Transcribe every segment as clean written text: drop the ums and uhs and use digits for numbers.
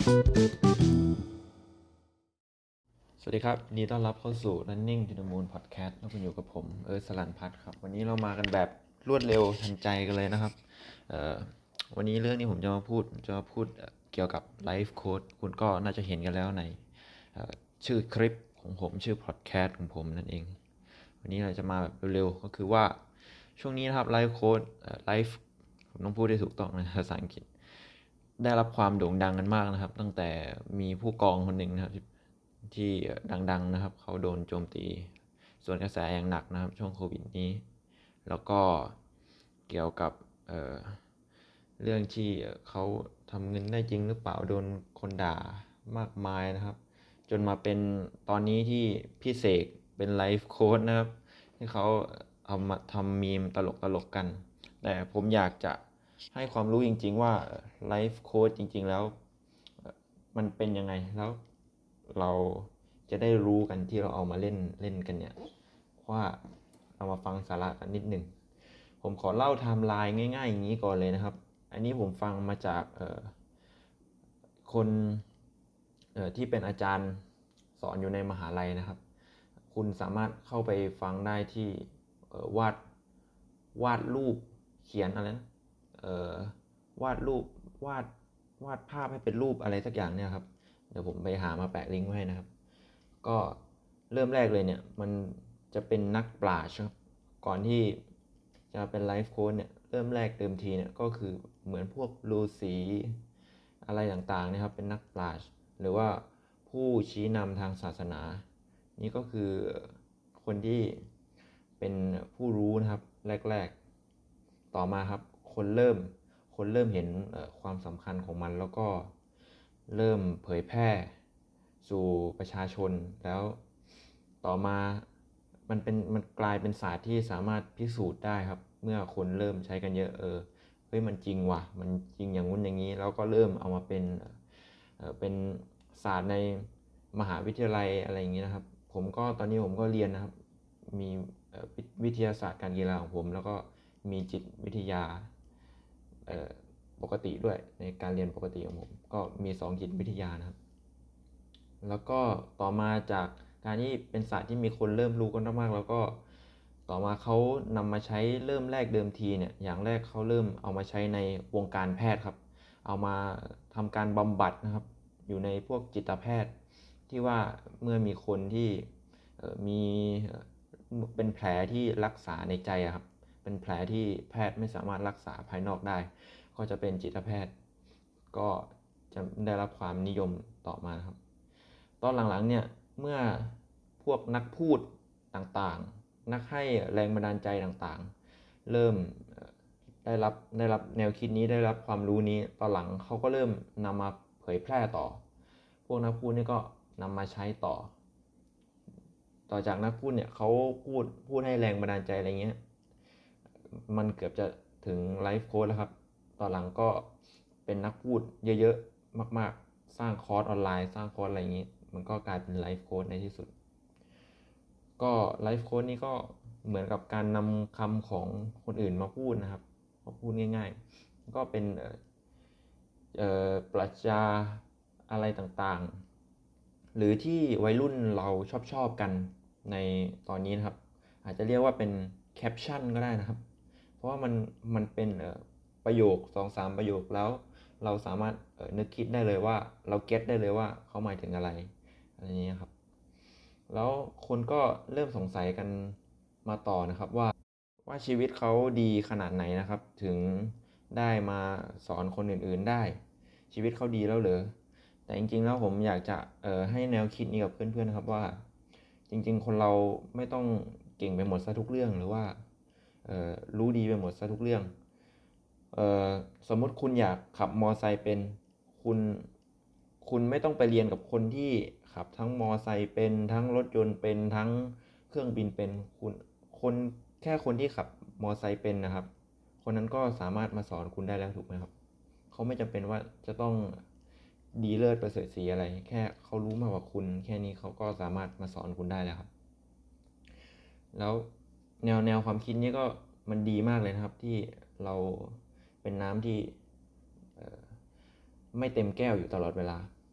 สวัสดีครับยินดีต้อนรับเข้าสู่ Running to the Moon Podcast แล้วคุณอยู่กับผมสลันพัฒน์ครับวันนี้เรามากันแบบรวดเร็วทันใจกันเลยนะครับเอ่อวันนี้เรื่องนี้ผมจะมาพูดเกี่ยวกับ Life Coach คุณก็น่าจะเห็นกันแล้วในชื่อคลิปของผมชื่อ Podcast ของผมนั่นเองวันนี้เราจะมาแบบเร็วๆก็คือว่าช่วงนี้นะครับ Life Coach Life ผมต้องพูดได้ถูกต้องนะภาษาอังกฤษได้รับความโด่งดังกันมากนะครับตั้งแต่มีผู้กองคนหนึ่งนะครับที่ดังๆนะครับเขาโดนโจมตีส่วนกระแสอย่างหนักนะครับช่วงโควิดนี้แล้วก็เกี่ยวกับเเรื่องที่เขาทำเงินได้จริงหรือเปล่าโดนคนด่ามากมายนะครับจนมาเป็นตอนนี้ที่พี่เสกเป็นไลฟ์โค้ชนะครับที่เขาเอามาทำมีมตลกกันแต่ผมอยากจะให้ความรู้จริงๆว่าไลฟ์โค้ชจริงๆแล้วมันเป็นยังไงแล้วเราจะได้รู้กันที่เราเอามาเล่นกันเนี่ยว่าเรามาฟังสาระกันนิดหนึ่งผมขอเล่าไทม์ไลน์ง่ายๆอย่างนี้ก่อนเลยนะครับอันนี้ผมฟังมาจากคนที่เป็นอาจารย์สอนอยู่ในมหาลัยนะครับคุณสามารถเข้าไปฟังได้ที่วาดวาดรูปเขียนอะไรนะวาดรูปวาดวาดภาพให้เป็นรูปอะไรสักอย่างเนี่ยครับเดี๋ยวผมไปหามาแปะลิงก์ไว้ให้นะครับก็เริ่มแรกเลยเนี่ยมันจะเป็นนักปราชญ์ครับก่อนที่จะเป็นไลฟ์โค้ชเนี่ยเริ่มแรกเดิมทีเนี่ยก็คือเหมือนพวกฤาษีอะไรต่างๆนะครับเป็นนักปราชญ์หรือว่าผู้ชี้นำทางศาสนานี่ก็คือคนที่เป็นผู้รู้นะครับแรกๆต่อมาครับคนเริ่มเห็นความสำคัญของมันแล้วก็เริ่มเผยแพร่สู่ประชาชนแล้วต่อมามันกลายเป็นศาสตร์ที่สามารถพิสูจน์ได้ครับเมื่อคนเริ่มใช้กันเยอะเฮ้ยมันจริงว่ะมันจริงอย่างงู้นอย่างนี้แล้วก็เริ่มเอามาเป็นศาสตร์ในมหาวิทยาลัยอะไรอย่างนี้นะครับตอนนี้ผมก็เรียนนะครับมีวิทยาศาสตร์การกีฬาของผมแล้วก็มีจิตวิทยาปกติด้วยในการเรียนปกติของผมก็มี2จิตวิทยานะครับแล้วก็ต่อมาจากการที่เป็นศาสตร์ที่มีคนเริ่มรู้กันมากๆแล้วก็ต่อมาเขานำมาใช้เริ่มแรกเดิมทีเนี่ยอย่างแรกเขาเริ่มเอามาใช้ในวงการแพทย์ครับเอามาทำการบำบัดนะครับอยู่ในพวกจิตแพทย์ที่ว่าเมื่อมีคนที่มีเป็นแผลที่รักษาในใจครับเป็นแผลที่แพทย์ไม่สามารถรักษาภายนอกได้ก็จะเป็นจิตแพทย์ก็จะได้รับความนิยมต่อมาครับตอนหลังๆเนี่ยเมื่อพวกนักพูดต่างๆนักให้แรงบันดาลใจต่างๆเริ่มได้รับแนวคิดนี้ได้รับความรู้นี้ตอนหลังเขาก็เริ่มนำมาเผยแพร่ต่อพวกนักพูดนี่ก็นำมาใช้ต่อจากนักพูดเนี่ยเขาพูดให้แรงบันดาลใจอะไรเงี้ยมันเกือบจะถึงไลฟ์โค้ชแล้วครับตอนหลังก็เป็นนักพูดเยอะๆมากๆสร้างคอร์สออนไลน์สร้างคอร์สอะไรอย่างนี้มันก็กลายเป็นไลฟ์โค้ชในที่สุดก็ไลฟ์โค้ชนี่ก็เหมือนกับการนำคำของคนอื่นมาพูดนะครับมาพูดง่ายๆก็เป็นปรัชญาอะไรต่างๆหรือที่วัยรุ่นเราชอบกันในตอนนี้นะครับอาจจะเรียกว่าเป็นแคปชั่นก็ได้นะครับเพราะว่ามันเป็นประโยค2-3ประโยคแล้วเราสามารถนึกคิดได้เลยว่าเราเก็ตได้เลยว่าเขาหมายถึงอะไรนี้ครับแล้วคนก็เริ่มสงสัยกันมาต่อนะครับว่าชีวิตเขาดีขนาดไหนนะครับถึงได้มาสอนคนอื่นๆได้ชีวิตเขาดีแล้วเหรอแต่จริงๆแล้วผมอยากจะให้แนวคิดนี้กับเพื่อนๆนะครับว่าจริงๆคนเราไม่ต้องเก่งไปหมดซะทุกเรื่องหรือว่ารู้ดีไปหมดซะทุกเรื่องสมมติคุณอยากขับมอไซค์เป็นคุณคุณไม่ต้องไปเรียนกับคนที่ขับทั้งมอไซค์เป็นทั้งรถยนต์เป็นทั้งเครื่องบินเป็นคนแค่คนที่ขับมอไซค์เป็นนะครับคนนั้นก็สามารถมาสอนคุณได้แล้วถูกไหมครับเขาไม่จำเป็นว่าจะต้องดีเลิศประเสริฐศรีอะไรแค่เขารู้มากกว่าคุณแค่นี้เขาก็สามารถมาสอนคุณได้แล้วครับแล้วแนวความคิดนี้ก็มันดีมากเลยนะครับที่เราเป็นน้ำที่ไม่เต็มแก้วอยู่ตลอดเวลา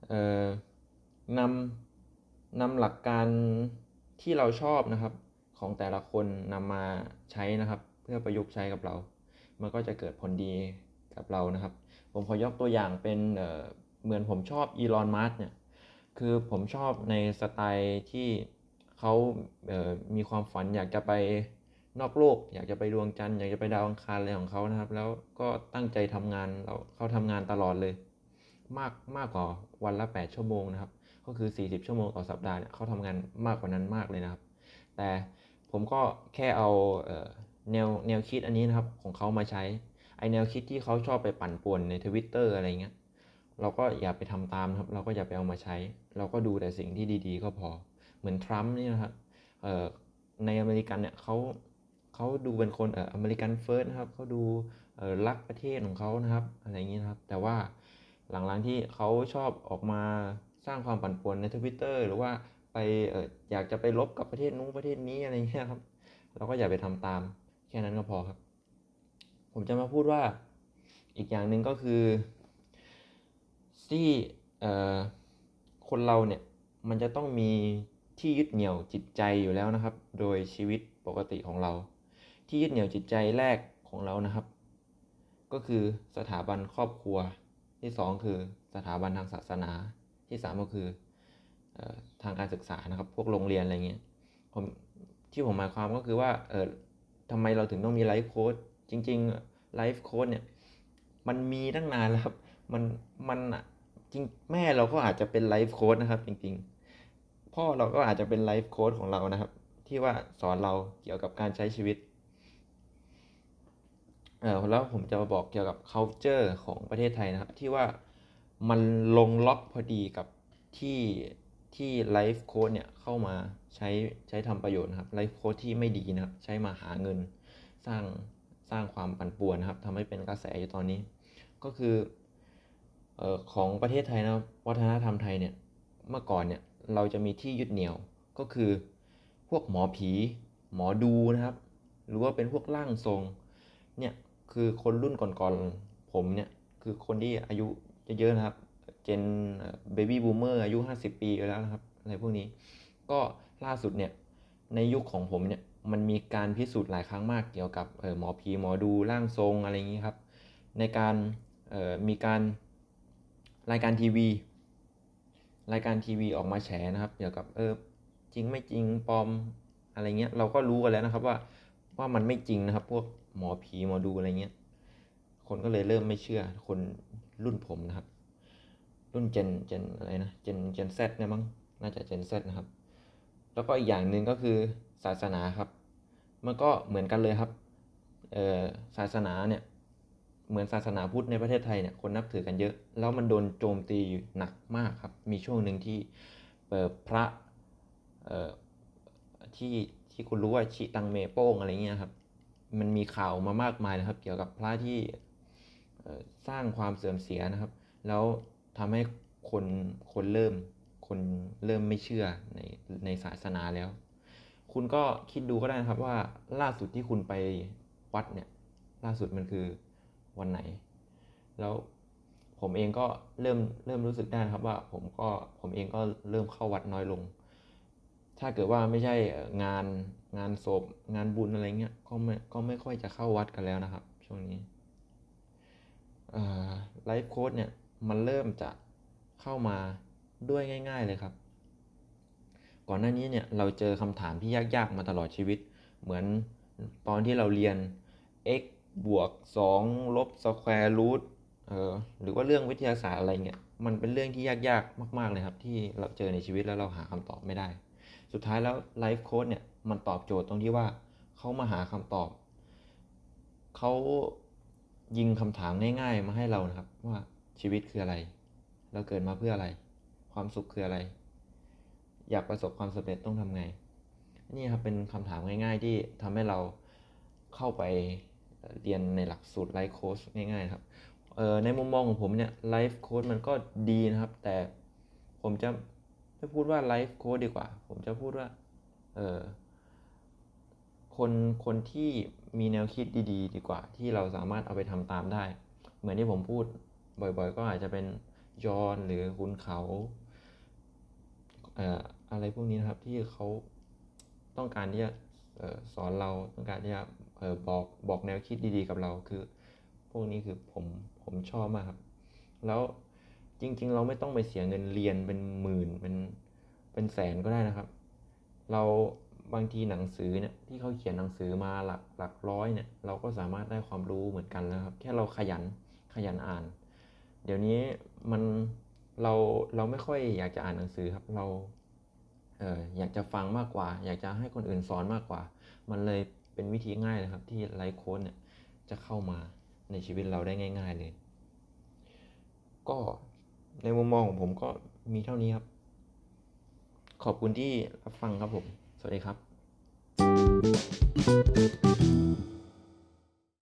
เอ่อนนำหลักการที่เราชอบนะครับของแต่ละคนนำมาใช้นะครับเพื่อประยุกต์ใช้กับเรามันก็จะเกิดผลดีกับเรานะครับผมขอยกตัวอย่างเป็นเหมือนผมชอบอีลอนมัสก์เนี่ยคือผมชอบในสไตล์ที่เขามีความฝันอยากจะไปนอกโลกอยากจะไปดวงจันทร์อยากจะไปดาวอังคารอะไรของเขานะครับแล้วก็ตั้งใจทำงานแล้วเขาทำงานตลอดเลยมากกว่าวันละ8ชั่วโมงนะครับก็คือ40ชั่วโมงต่อสัปดาห์เนี่ยเขาทำงานมากกว่านั้นมากเลยนะครับแต่ผมก็แค่เอาแนวคิดอันนี้นะครับของเขามาใช้ไอแนวคิดที่เขาชอบไปปั่นป่วนใน Twitter อะไรเงี้ยเราก็อย่าไปทำตามครับเราก็อย่าไปเอามาใช้เราก็ดูแต่สิ่งที่ดีๆก็พอเหมือนทรัมป์นี่นะครับในอเมริกันเนี่ยเขาดูเป็นคนอเมริกันเฟิร์สนะครับเขาดูรักประเทศของเขานะครับอะไรอย่างนี้นะครับแต่ว่าหลังๆที่เขาชอบออกมาสร้างความปั่นป่วนใน Twitter หรือว่าไปอยากจะไปลบกับประเทศนู้นประเทศนี้อะไรเงี้ยครับเราก็อย่าไปทำตามแค่นั้นก็พอครับผมจะมาพูดว่าอีกอย่างหนึ่งก็คือที่คนเราเนี่ยมันจะต้องมีที่ยึดเหนี่ยวจิตใจอยู่แล้วนะครับโดยชีวิตปกติของเราที่ยึดเหนี่ยวจิตใจแรกของเรานะครับก็คือสถาบันครอบครัวที่สองคือสถาบันทางศาสนาที่สามก็คือทางการศึกษานะครับพวกโรงเรียนอะไรเงี้ยผมที่ผมหมายความก็คือว่าทำไมเราถึงต้องมีไลฟ์โค้ชจริงๆไลฟ์โค้ชเนี่ยมันมีตั้งนานแล้วครับมันจริงแม่เราก็อาจจะเป็นไลฟ์โค้ชนะครับจริงๆพ่อเราก็อาจจะเป็นไลฟ์โค้ชของเรานะครับที่ว่าสอนเราเกี่ยวกับการใช้ชีวิตแล้วผมจะมาบอกเกี่ยวกับ culture ของประเทศไทยนะครับที่ว่ามันลงล็อกพอดีกับที่ที่ไลฟ์โค้ชเนี่ยเข้ามาใช้ทำประโยชน์นะครับไลฟ์โค้ชที่ไม่ดีนะครับใช้มาหาเงินสร้างสร้างความปั่นป่วนนะครับทำให้เป็นกระแสอยู่ตอนนี้ก็คือของประเทศไทยนะวัฒนธรรมไทยเนี่ยเมื่อก่อนเนี่ยเราจะมีที่ยึดเหนี่ยวก็คือพวกหมอผีหมอดูนะครับหรือว่าเป็นพวกร่างทรงเนี่ยคือคนรุ่นก่อนๆผมเนี่ยคือคนที่อายุเยอะๆนะครับเจนเบบี้บูมเมอร์อายุ50ปีไปแล้วนะครับอะไรพวกนี้ก็ล่าสุดเนี่ยในยุคของผมเนี่ยมันมีการพิสูจน์หลายครั้งมากเกี่ยวกับหมอผีหมอดูร่างทรงอะไรอย่างนี้ครับในการมีการรายการทีวีรายการทีวีออกมาแฉนะครับเกี่ยวกับจริงไม่จริงปลอมอะไรเงี้ยเราก็รู้กันแล้วนะครับว่ามันไม่จริงนะครับพวกหมอผีหมอดูอะไรเงี้ยคนก็เลยเริ่มไม่เชื่อคนรุ่นผมนะครับรุ่นเจนอะไรนะเจนแซดเนี่ยมั้งน่าจะเจนแซดนะครับแล้วก็อีกอย่างหนึ่งก็คือศาสนาครับมันก็เหมือนกันเลยครับศาสนาเนี่ยเหมือนศาสนาพุทธในประเทศไทยเนี่ยคนนับถือกันเยอะแล้วมันโดนโจมตีหนักมากครับมีช่วงหนึ่งที่พระเอ่อที่ที่คุณรู้ว่าชิตังเมโป้งอะไรเงี้ยครับมันมีข่าวมามากมายนะครับเกี่ยวกับพระที่สร้างความเสื่อมเสียนะครับแล้วทำให้คนคนเริ่มคนเริ่มไม่เชื่อในศาสนาแล้วคุณก็คิดดูก็ได้นะครับว่าล่าสุดที่คุณไปวัดเนี่ยล่าสุดมันคือวันไหนแล้วผมเองก็เริ่มรู้สึกได้นะครับว่าผมเองก็เริ่มเข้าวัดน้อยลงถ้าเกิดว่าไม่ใช่งานศพงานบุญอะไรเงี้ยก็ไม่ค่อยจะเข้าวัดกันแล้วนะครับช่วงนี้ไลฟ์โค้ดเนี่ยมันเริ่มจะเข้ามาด้วยง่ายๆเลยครับ ก่อนหน้านี้เนี่ยเราเจอคำถามที่ยากๆมาตลอดชีวิตเหมือนตอนที่เราเรียน x บวก2ลบสแควร์รูทหรือว่าเรื่องวิทยาศาสตร์อะไรเงี้ยมันเป็นเรื่องที่ยากๆมากๆเลยครับที่เราเจอในชีวิตแล้วเราหาคำตอบไม่ได้สุดท้ายแล้วไลฟ์โค้ดเนี่ยมันตอบโจทย์ตรงที่ว่าเขามาหาคำตอบเขายิงคำถามง่ายๆมาให้เรานะครับว่าชีวิตคืออะไรเราเกิดมาเพื่ออะไรความสุขคืออะไร อยากประสบความสำเร็จต้องทำไงนี่ครับเป็นคำถามง่ายๆที่ทำให้เราเข้าไปเรียนในหลักสูตรไลฟ์โค้ชง่ายๆครับในมุมมองของผมเนี่ยไลฟ์โค้ชมันก็ดีนะครับแต่ผมจะไม่พูดว่าไลฟ์โค้ชดีกว่าผมจะพูดว่าเออคนคนที่มีแนวคิดดีๆดีกว่าที่เราสามารถเอาไปทำตามได้เหมือนที่ผมพูดบ่อยๆก็อาจจะเป็นยอนหรือขุนเขาอะไรพวกนี้นะครับที่เขาต้องการที่จะสอนเราต้องการที่จะบอกแนวคิดดีๆกับเราคือพวกนี้คือผมชอบมากครับแล้วจริงๆเราไม่ต้องไปเสียเงินเรียนเป็นหมื่นเป็นแสนก็ได้นะครับเราบางทีหนังสือเนี่ยที่เขาเขียนหนังสือมาหลักร้อยเนี่ยเราก็สามารถได้ความรู้เหมือนกันแล้วครับแค่เราขยันอ่านเดี๋ยวนี้มันเราเราไม่ค่อยอยากจะอ่านหนังสือครับเราอยากจะฟังมากกว่าอยากจะให้คนอื่นสอนมากกว่ามันเลยเป็นวิธีง่ายเลยครับที่ไลฟ์โค้ชเนี่ยจะเข้ามาในชีวิตเราได้ง่ายๆเลยก็ในมุมมองของผมก็มีเท่านี้ครับขอบคุณที่รับฟังครับผมสวัสดีครับ